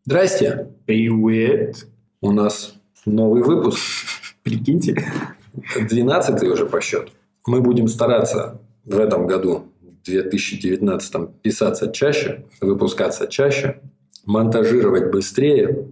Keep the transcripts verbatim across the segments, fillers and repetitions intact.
Здрасте. Привет. У нас новый выпуск. Прикиньте. двенадцатый уже по счету. Мы будем стараться в этом году, в две тысячи девятнадцатом, писаться чаще, выпускаться чаще, монтажировать быстрее.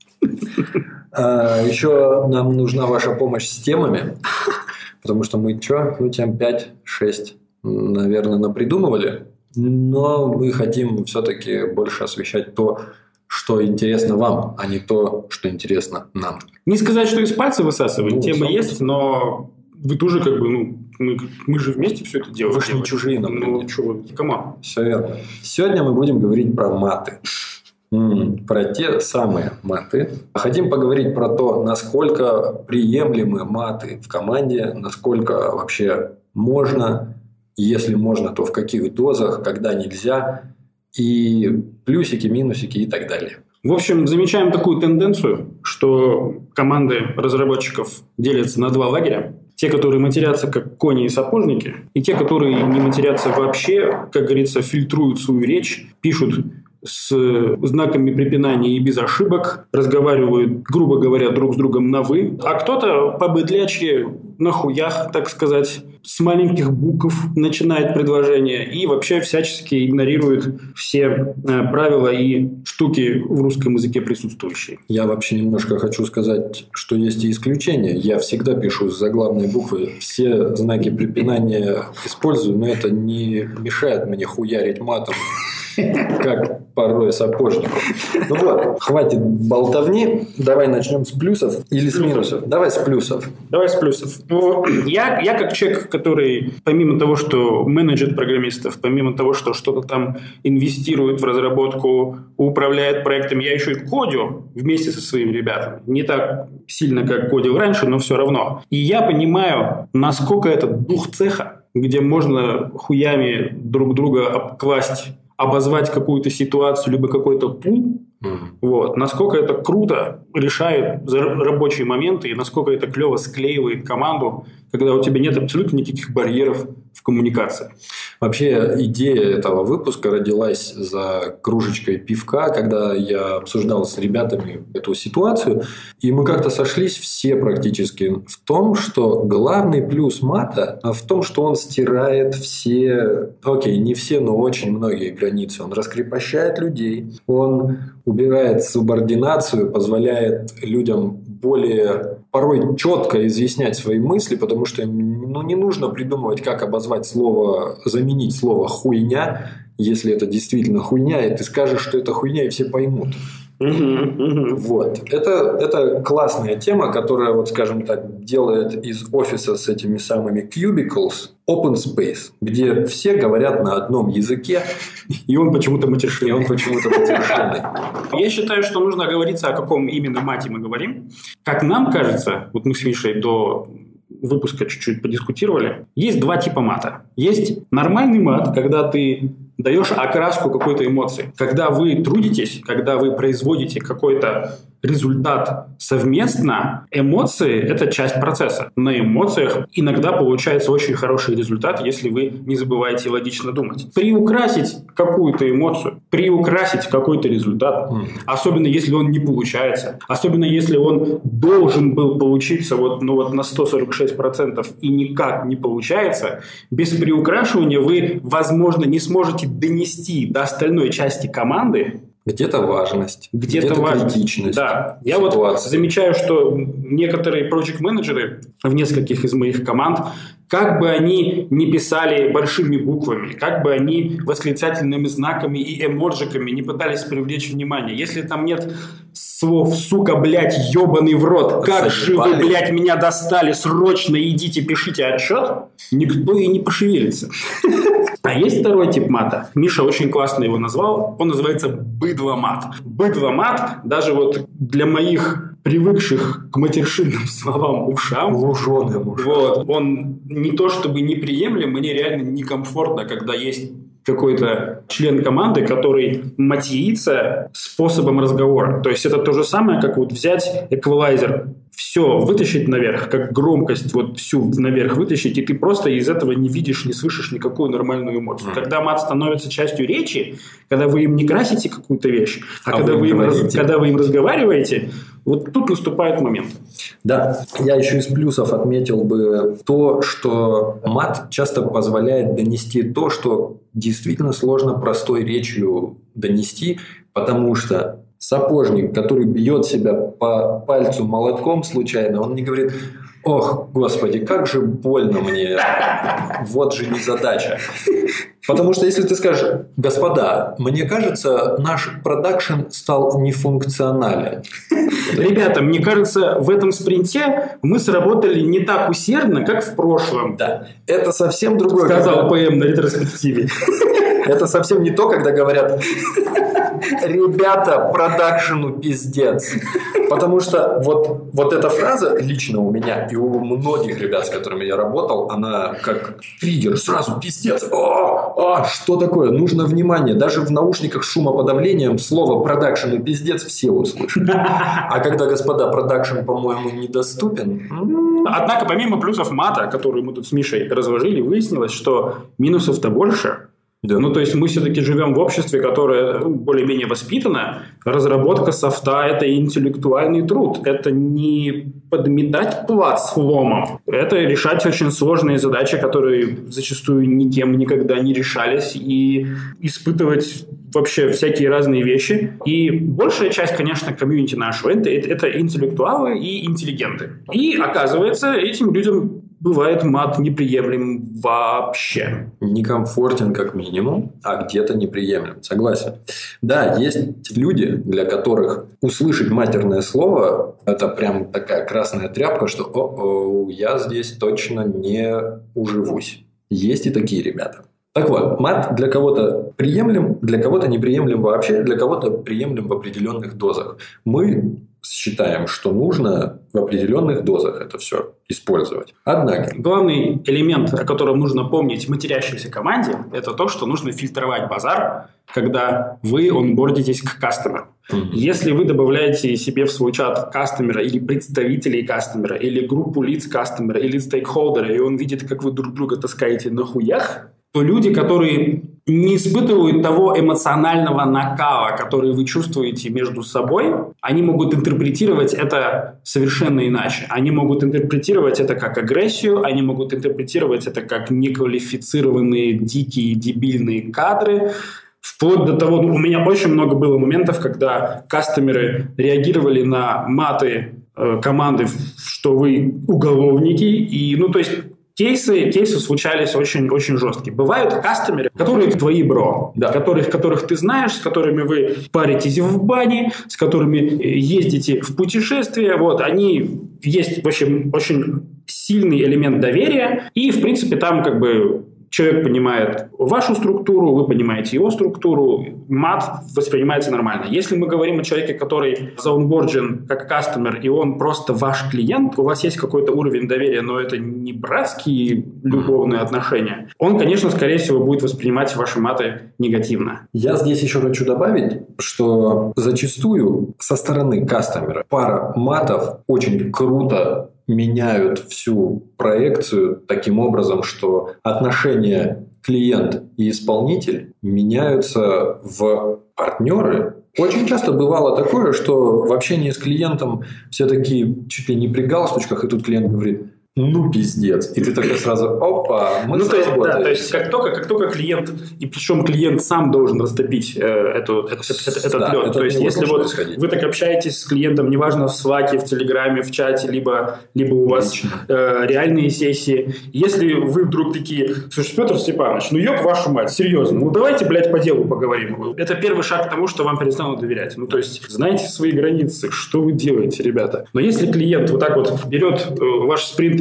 А еще нам нужна ваша помощь с темами, потому что мы что, ну тем пять-шесть, наверное, напридумывали, но мы хотим все-таки больше освещать то, что интересно вам, а не то, что интересно нам. Не сказать, что из пальца высасывать, Ну, тема сам- есть, но вы тоже как бы, ну, мы, мы же вместе все это делаем. Вы ж не чужие, например. Ну, что вы, команда. Все верно. Сегодня мы будем говорить про маты. М, Про те самые маты. Хотим поговорить про то, насколько приемлемы маты в команде, насколько вообще можно, если можно, то в каких дозах, когда нельзя, и плюсики, минусики и так далее. В общем, замечаем такую тенденцию, что команды разработчиков делятся на два лагеря. Те, которые матерятся как кони и сапожники, и те, которые не матерятся вообще, как говорится, фильтруют свою речь, пишут с знаками препинания и без ошибок, разговаривают, грубо говоря, друг с другом на «вы», а кто-то по-быдлячьи на хуях, так сказать, с маленьких букв начинает предложение и вообще всячески игнорирует все э, правила и штуки в русском языке присутствующие. Я вообще немножко хочу сказать, что есть и исключения. Я всегда пишу с заглавной буквы. Все знаки препинания использую, но это не мешает мне хуярить матом, как порой сапожнику. Ну вот, хватит болтовни. Давай начнем с плюсов или с минусов. Давай с плюсов. Давай с плюсов. Ну, я, я как человек, который помимо того, что менеджер программистов, помимо того, что что-то там инвестирует в разработку, управляет проектами, я еще и кодю вместе со своими ребятами. Не так сильно, как кодил раньше, но все равно. И я понимаю, насколько это дух цеха, где можно хуями друг друга обкласть, обозвать какую-то ситуацию, либо какой-то пул, Mm. вот, насколько это круто решает за- рабочие моменты и насколько это клево склеивает команду, когда у тебя нет абсолютно никаких барьеров в коммуникации. Вообще, идея этого выпуска родилась за кружечкой пивка, когда я обсуждал с ребятами эту ситуацию, и мы как-то сошлись все практически в том, что главный плюс мата в том, что он стирает все, окей, не все, но очень многие границы. Он раскрепощает людей, он убирает субординацию, позволяет людям более порой четко изъяснять свои мысли, потому что ну, не нужно придумывать, как обозвать слово, заменить слово «хуйня», если это действительно хуйня, и ты скажешь, что это хуйня, и все поймут. Вот. Это, это классная тема, которая, вот, скажем так, делает из офиса с этими самыми cubicles open space, где все говорят на одном языке, И он почему-то и матершинный. он почему-то матершинный. Я считаю, что нужно оговориться, о каком именно мате мы говорим. Как нам кажется, вот мы с Мишей до выпуска чуть-чуть подискутировали, есть два типа мата. Есть нормальный мат, когда ты даешь окраску какой-то эмоции. Когда вы трудитесь, когда вы производите какой-то результат совместно, эмоции – это часть процесса. На эмоциях иногда получается очень хороший результат, если вы не забываете логично думать. Приукрасить какую-то эмоцию, приукрасить какой-то результат, Mm. особенно если он не получается, особенно если он должен был получиться вот, ну, вот на сто сорок шесть процентов и никак не получается, без приукрашивания вы, возможно, не сможете донести до остальной части команды Где-то важность, где-то, где-то важность. критичность. Да. Я вот ситуации. замечаю, что некоторые проект-менеджеры в нескольких из моих команд, как бы они ни писали большими буквами, как бы они восклицательными знаками и эмоджиками не пытались привлечь внимание, если там нет слов «сука, блядь, ебаный в рот», «как же вы, Заебали. блядь, меня достали, срочно идите, пишите отчет», никто и не пошевелится. А есть второй тип мата. Миша очень классно его назвал. Он называется быдломат. Быдломат, даже вот для моих привыкших к матершинным словам ушам, Луженым ушам. вот, он не то чтобы неприемлем, мне реально некомфортно, когда есть какой-то член команды, который матерится способом разговора. То есть это то же самое, как вот взять эквалайзер все вытащить наверх, как громкость вот всю наверх вытащить, и ты просто из этого не видишь, не слышишь никакую нормальную эмоцию. Mm. Когда мат становится частью речи, когда вы им не красите какую-то вещь, а, а когда, вы им раз, когда вы им разговариваете, вот тут наступает момент. Да, я еще из плюсов отметил бы то, что мат часто позволяет донести то, что действительно сложно простой речью донести, потому что сапожник, который бьет себя по пальцу молотком случайно, он не говорит: «Ох, господи, как же больно мне, вот же незадача». Потому что если ты скажешь: «Господа, мне кажется, наш продакшн стал нефункционален». Ребята, мне кажется, в этом спринте мы сработали не так усердно, как в прошлом. Да, это совсем другое. Сказал ПМ на ретроспективе. Это совсем не то, когда говорят: «Ребята, продакшену пиздец». Потому что вот, вот эта фраза лично у меня и у многих ребят, с которыми я работал, она как триггер, сразу пиздец. О, о, что такое? Нужно внимание. Даже в наушниках с шумоподавлением слово «продакшен» и «пиздец» все услышат. А когда, господа, продакшн, по-моему, недоступен... Однако, помимо плюсов мата, которые мы тут с Мишей разложили, выяснилось, что минусов-то больше. Да. Ну, то есть, мы все-таки живем в обществе, которое более-менее воспитано. Разработка софта – это интеллектуальный труд. Это не подметать плац ломом. Это решать очень сложные задачи, которые зачастую никем никогда не решались. И испытывать вообще всякие разные вещи. И большая часть, конечно, комьюнити нашего – это, это интеллектуалы и интеллигенты. И, оказывается, этим людям бывает мат неприемлем вообще. Некомфортен как минимум, а где-то неприемлем. Согласен. Да, есть люди, для которых услышать матерное слово – это прям такая красная тряпка, что «О-о, я здесь точно не уживусь». Есть и такие ребята. Так вот, мат для кого-то приемлем, для кого-то неприемлем вообще, для кого-то приемлем в определенных дозах. Мы считаем, что нужно в определенных дозах это все использовать. Однако... Главный элемент, о котором нужно помнить в матерящейся команде, это то, что нужно фильтровать базар, когда вы онбордитесь к кастомеру. Mm-hmm. Если вы добавляете себе в свой чат кастомера или представителей кастомера, или группу лиц кастомера, или стейкхолдера, и он видит, как вы друг друга таскаете на хуях, то люди, которые не испытывают того эмоционального накала, который вы чувствуете между собой, они могут интерпретировать это совершенно иначе. Они могут интерпретировать это как агрессию, они могут интерпретировать это как неквалифицированные, дикие, дебильные кадры. Вплоть до того, ну, у меня очень много было моментов, когда кастомеры реагировали на маты э, команды, что вы уголовники, и, ну, то есть... Кейсы, кейсы случались очень-очень жесткие. Бывают кастомеры, которые твои бро, да. которых, которых ты знаешь, с которыми вы паритесь в бане, с которыми ездите в путешествия. Вот, они есть, в общем, очень сильный элемент доверия. И, в принципе, там как бы человек понимает вашу структуру, вы понимаете его структуру, мат воспринимается нормально. Если мы говорим о человеке, который заонборджен как кастомер, и он просто ваш клиент, у вас есть какой-то уровень доверия, но это не братские любовные отношения, он, конечно, скорее всего, будет воспринимать ваши маты негативно. Я здесь еще хочу добавить, что зачастую со стороны кастомера пара матов очень круто меняют всю проекцию таким образом, что отношения клиент и исполнитель меняются в партнеры. Очень часто бывало такое, что в общении с клиентом все такие чуть ли не при галстучках, и тут клиент говорит: ну, пиздец. И ты такой сразу: опа, мы ну, то есть, да, то есть, как только, как только клиент, и причем клиент сам должен растопить э, эту, этот, этот, этот да, лед. Это то есть, если вот вы так общаетесь с клиентом, неважно, в Slack, в Телеграме, в чате, либо, либо у вас э, реальные сессии, если вы вдруг такие: слушай, Петр Степанович, ну ёб вашу мать, серьезно, ну давайте, блядь, по делу поговорим. Это первый шаг к тому, что вам перестанут доверять. Ну, то есть, знаете свои границы, что вы делаете, ребята. Но если клиент вот так вот берет э, ваш спринт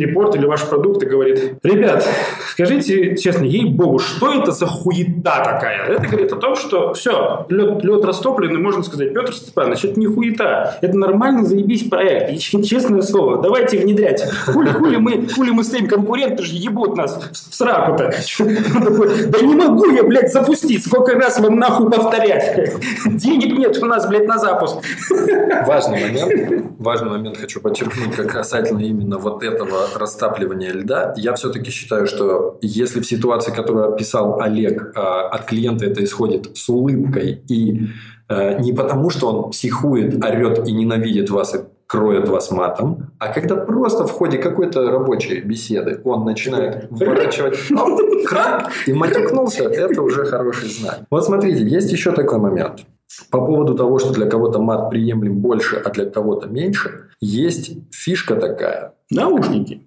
репорт или ваш продукт и говорит: ребят, скажите честно, ей-богу, что это за хуета такая? Это говорит о том, что все, лед, лед растоплен, и можно сказать: Петр Степанович, это не хуета, это нормальный заебись проект, и честное слово, давайте внедрять. Хули, хули мы, хули мы стоим, конкуренты же ебут нас в сраку-то. Да не могу я, блядь, запустить, сколько раз вам нахуй повторять? Денег нет у нас, блядь, на запуск. Важный момент, важный момент хочу подчеркнуть, как касательно именно вот этого растапливания льда. Я все-таки считаю, что если в ситуации, которую описал Олег, от клиента это исходит с улыбкой и не потому, что он психует, орет и ненавидит вас и кроет вас матом, а когда просто в ходе какой-то рабочей беседы он начинает выворачивать и матюкнулся, это уже хороший знак. Вот смотрите, есть еще такой момент. По поводу того, что для кого-то мат приемлем больше, а для кого-то меньше, есть фишка такая. Наушники.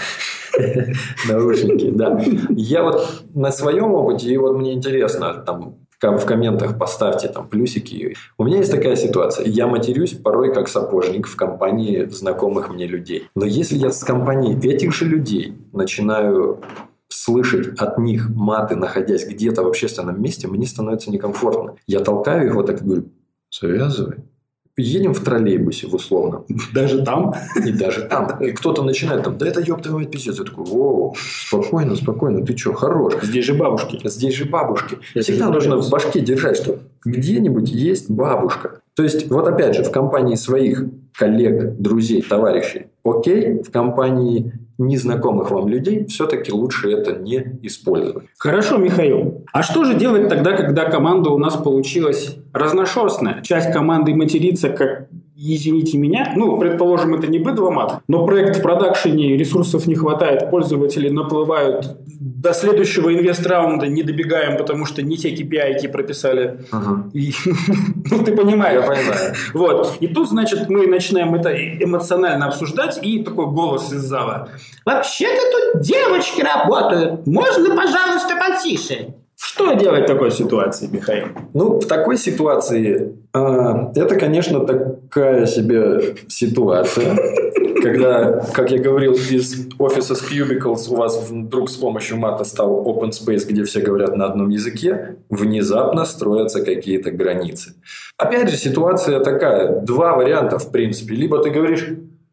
Наушники, да. Я вот на своем опыте, и вот мне интересно, там, в комментах поставьте там плюсики. У меня есть такая ситуация. Я матерюсь порой как сапожник в компании знакомых мне людей. Но если я с компанией этих же людей начинаю слышать от них маты, находясь где-то в общественном месте, мне становится некомфортно. Я толкаю их вот так и говорю: завязывай. Едем в троллейбусе в условном. Даже там? И даже там. И кто-то начинает там: да это ёб твою мать пиздец. Я такой: воу, спокойно, спокойно, ты что, хорош. Здесь же бабушки. Здесь же бабушки. Это всегда нужно в башке держать, что где-нибудь есть бабушка. То есть, вот опять же, в компании своих коллег, друзей, товарищей окей, в компании незнакомых вам людей все-таки лучше это не использовать. Хорошо, Михаил. А что же делать тогда, когда команда у нас получилась разношерстная? Часть команды матерится, как, извините меня, ну, предположим, это не быдломат, но проект в продакшене, ресурсов не хватает, пользователи наплывают, до следующего инвест-раунда не добегаем, потому что не те кей пи ай прописали. Ага. И, ну, ты понимаешь. Я понимаю. Вот. И тут, значит, мы начинаем это эмоционально обсуждать, и такой голос из зала: вообще-то тут девочки работают, можно, пожалуйста, потише? Что делать в такой ситуации, Михаил? Ну, в такой ситуации э, это, конечно, такая себе ситуация, когда, как я говорил, из офиса с Cubicles у вас вдруг с помощью мата стал open space, где все говорят на одном языке, внезапно строятся какие-то границы. Опять же, ситуация такая, два варианта, в принципе. Либо ты говоришь: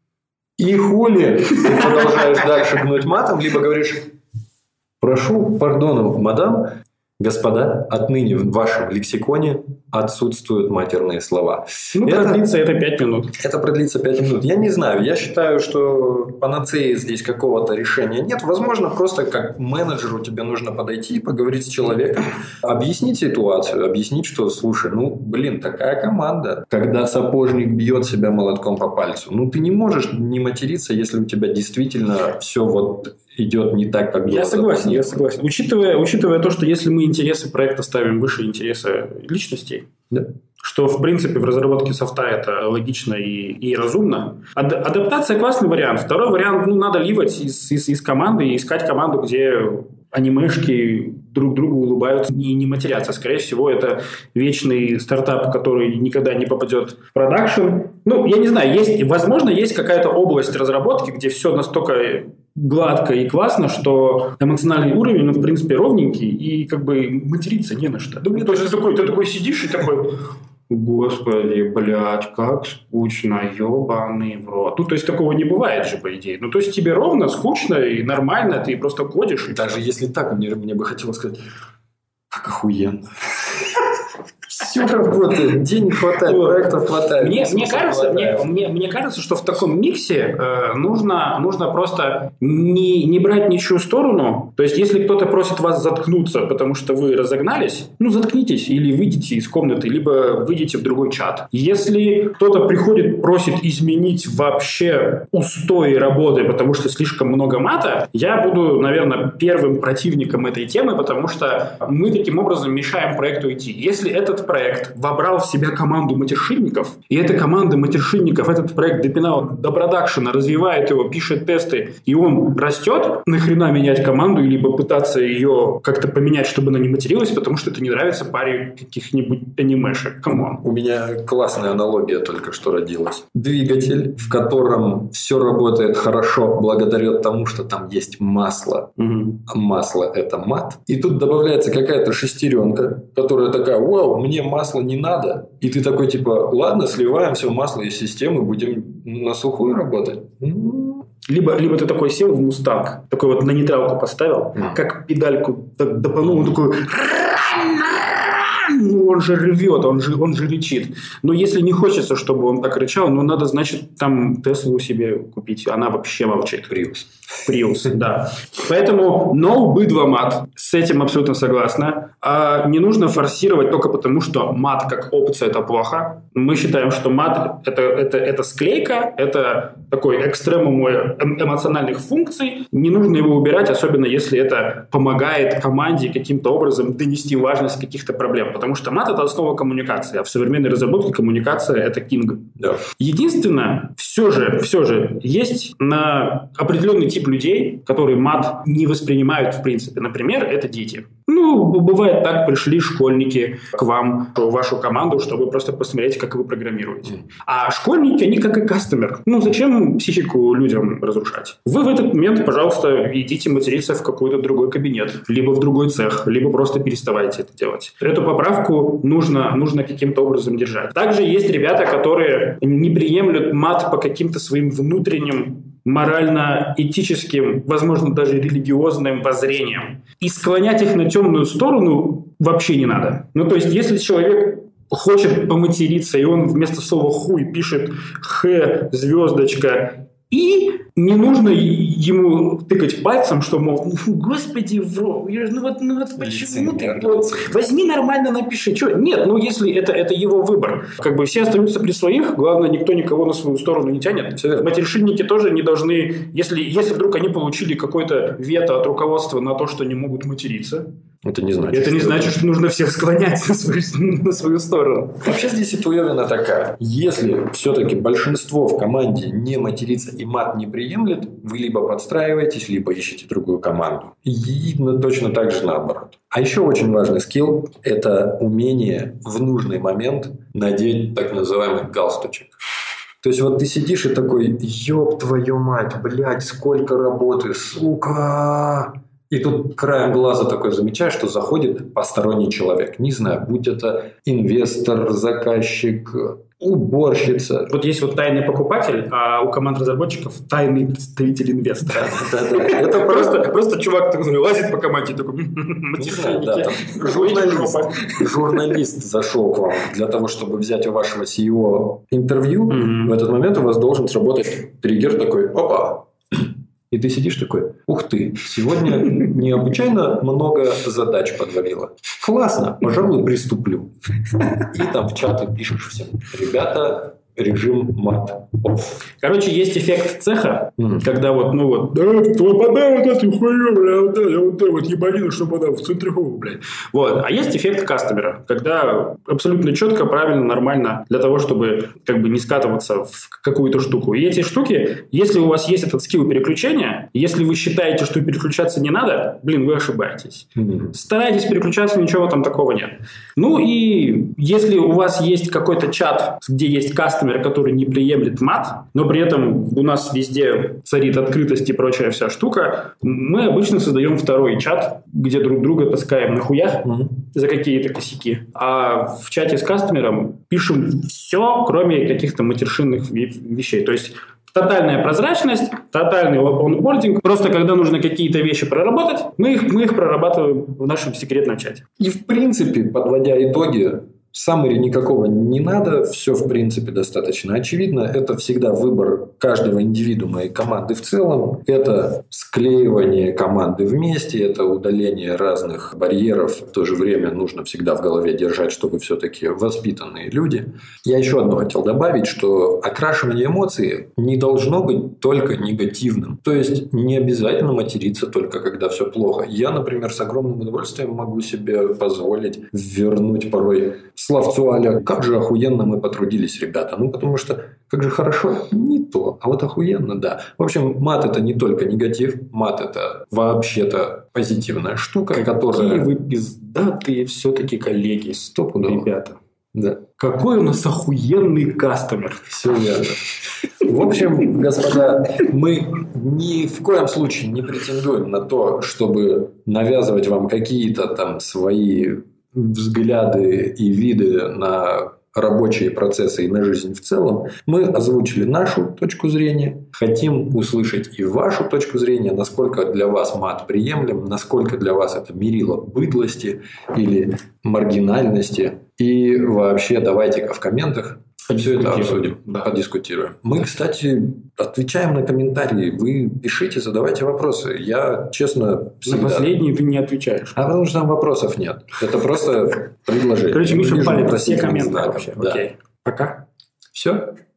и хули, ты продолжаешь дальше гнуть матом, либо говоришь: прошу пардонов, мадам, господа, отныне в вашем лексиконе отсутствуют матерные слова. Ну, это, продлится это пять минут. Это продлится пять минут. Я не знаю. Я считаю, что панацеи здесь какого-то решения нет. Возможно, просто как менеджеру тебе нужно подойти и поговорить с человеком, объяснить ситуацию, объяснить, что, слушай, ну, блин, такая команда. Когда сапожник бьет себя молотком по пальцу, ну, ты не можешь не материться, если у тебя действительно все вот идет не так, как было. Я согласен, я согласен. Учитывая, учитывая то, что если мы интересы проекта ставим выше интереса личностей, да, что, в принципе, в разработке софта это логично и, и разумно. Ад- адаптация – классный вариант. Второй вариант – ну, надо ливать из, из, из команды и искать команду, где анимешки друг другу улыбаются и не матерятся. Скорее всего, это вечный стартап, который никогда не попадет в продакшн. Ну, я не знаю, есть, возможно, есть какая-то область разработки, где все настолько гладко и классно, что эмоциональный уровень, ну, в принципе, ровненький, и как бы материться не на что. То есть ты такой, ты такой сидишь и такой: господи, блядь, как скучно, ебаный в рот. Ну, то есть такого не бывает же, по идее. Ну, то есть тебе ровно, скучно и нормально, ты просто кодишь. И даже если так, мне, мне бы хотелось сказать: как охуенно. Все работает, денег хватает, проектов хватает. Мне, мне, кажется, мне, мне, мне кажется, что в таком миксе э, нужно, нужно просто не, не брать ничью сторону. То есть, если кто-то просит вас заткнуться, потому что вы разогнались, ну, заткнитесь или выйдите из комнаты, либо выйдите в другой чат. Если кто-то приходит, просит изменить вообще устои работы, потому что слишком много мата, я буду, наверное, первым противником этой темы, потому что мы таким образом мешаем проекту идти. Если этот проект проект вобрал в себя команду матершинников, и эта команда матершинников этот проект допинал до продакшена, развивает его, пишет тесты, и он растет, нахрена менять команду, либо пытаться ее как-то поменять, чтобы она не материлась, потому что это не нравится паре каких-нибудь анимешек. Камон. У меня классная аналогия только что родилась. Двигатель, в котором все работает хорошо благодаря тому, что там есть масло. Угу. Масло – это мат. И тут добавляется какая-то шестеренка, которая такая: вау, мне масла не надо. И ты такой типа: ладно, сливаем все масло из системы, будем на сухую работать. Либо, либо ты такой сел в Мустанг, такой вот на нейтралку поставил, mm. как педальку допанул, он такой... Ну, он же ревет, он же, он же рычит. Но если не хочется, чтобы он так рычал, ну, надо, значит, там Теслу себе купить. Она вообще молчит. Приус. Приус, да. Поэтому no быдло мат. С этим абсолютно согласна. А не нужно форсировать только потому, что мат как опция – это плохо. Мы считаем, что мат это, – это, это склейка, это такой экстремум эмоциональных функций. Не нужно его убирать, особенно если это помогает команде каким-то образом донести важность каких-то проблем. Потому что мат – это основа коммуникации, а в современной разработке коммуникация – это кинг. Да. Единственное, все же, все же есть на определенный тип людей, которые мат не воспринимают в принципе. Например, это дети. Ну, бывает так, пришли школьники к вам, в вашу команду, чтобы просто посмотреть, как вы программируете. А школьники, они как и кастомер. Ну, зачем психику людям разрушать? Вы в этот момент, пожалуйста, идите материться в какой-то другой кабинет, либо в другой цех, либо просто переставайте это делать. Эту поправку нужно, нужно каким-то образом держать. Также есть ребята, которые не приемлют мат по каким-то своим внутренним морально-этическим, возможно, даже религиозным воззрениям. И склонять их на темную сторону вообще не надо. Ну, то есть, если человек хочет поматериться, и он вместо слова «хуй» пишет «х», звездочка, и не нужно ему тыкать пальцем, что, мол, господи, вро, ну вот, ну вот почему ты вот, возьми нормально напиши. Что? Нет, ну если это, это его выбор. Как бы все остаются при своих, главное, никто никого на свою сторону не тянет. Матершинники тоже не должны, если, если вдруг они получили какое-то вето от руководства на то, что не могут материться, это не значит, это не что, значит, что нужно всех склонять на свою, на свою сторону. Вообще здесь ситуация такая. Если все-таки большинство в команде не матерится и мат не приемлет, вы либо подстраиваетесь, либо ищете другую команду. И точно так же наоборот. А еще очень важный скилл – это умение в нужный момент надеть так называемый галстучек. То есть, вот ты сидишь и такой: ёб твою мать, блядь, сколько работы, сука! И тут краем глаза такой замечаешь, что заходит посторонний человек. Не знаю, будь это инвестор, заказчик, уборщица. Вот есть вот тайный покупатель, а у команд разработчиков тайный представитель инвестора. Это просто чувак такой лазит по команде, такой: матершинники. Журналист зашел к вам для того, чтобы взять у вашего си и о интервью. В этот момент у вас должен сработать триггер такой: опа. И ты сидишь такой: ух ты, сегодня необычайно много задач подвалило. Классно, пожалуй, приступлю. И там в чаты пишешь всем: ребята, режим мат офф. Короче, есть эффект цеха, mm. когда вот, ну вот, да, подай вот эту хуйню, бля, вот это, вот это, вот ебанину, чтобы она в центрифугу, блядь. Вот. А есть эффект кастомера, когда абсолютно четко, правильно, нормально, для того, чтобы как бы не скатываться в какую-то штуку. И эти штуки, если у вас есть этот скилл переключения, если вы считаете, что переключаться не надо, блин, вы ошибаетесь. Mm. Старайтесь переключаться, ничего там такого нет. Ну и если у вас есть какой-то чат, где есть кастомер, который не приемлет мат, но при этом у нас везде царит открытость и прочая вся штука, мы обычно создаем второй чат, где друг друга таскаем на хуях mm-hmm. за какие-то косяки. А в чате с кастомером пишем все, кроме каких-то матершинных вещей. То есть тотальная прозрачность, тотальный онбординг. Просто когда нужно какие-то вещи проработать, мы их, мы их прорабатываем в нашем секретном чате. И в принципе, подводя итоги, саммари никакого не надо, все в принципе достаточно очевидно. Это всегда выбор каждого индивидуума и команды в целом. Это склеивание команды вместе, это удаление разных барьеров. В то же время нужно всегда в голове держать, что вы все-таки воспитанные люди. Я еще одно хотел добавить, что окрашивание эмоций не должно быть только негативным. То есть не обязательно материться только когда все плохо. Я, например, с огромным удовольствием могу себе позволить вернуть порой словцу а-ля «Как же охуенно мы потрудились, ребята». Ну, потому что как же хорошо – не то, а вот охуенно – да. В общем, мат – это не только негатив, мат – это вообще-то позитивная штука, Какие которая… вы пиздатые все-таки коллеги, Стопудово. ребята. Да. Какой у нас охуенный кастомер. Все верно. В общем, господа, мы ни в коем случае не претендуем на то, чтобы навязывать вам какие-то там свои взгляды и виды на рабочие процессы и на жизнь в целом. Мы озвучили нашу точку зрения, хотим услышать и вашу точку зрения, насколько для вас мат приемлем, насколько для вас это мерило быдлости или маргинальности. И вообще давайте-ка в комментах все это обсудим, да. подискутируем. Мы, кстати, отвечаем на комментарии. Вы пишите, задавайте вопросы. Я, честно, всегда… На последний ты не отвечаешь. А потому что там вопросов нет. Это просто предложение. Короче, Миша Вижу палит все вопросительный комменты знак. вообще. Да. Окей. Пока. Все.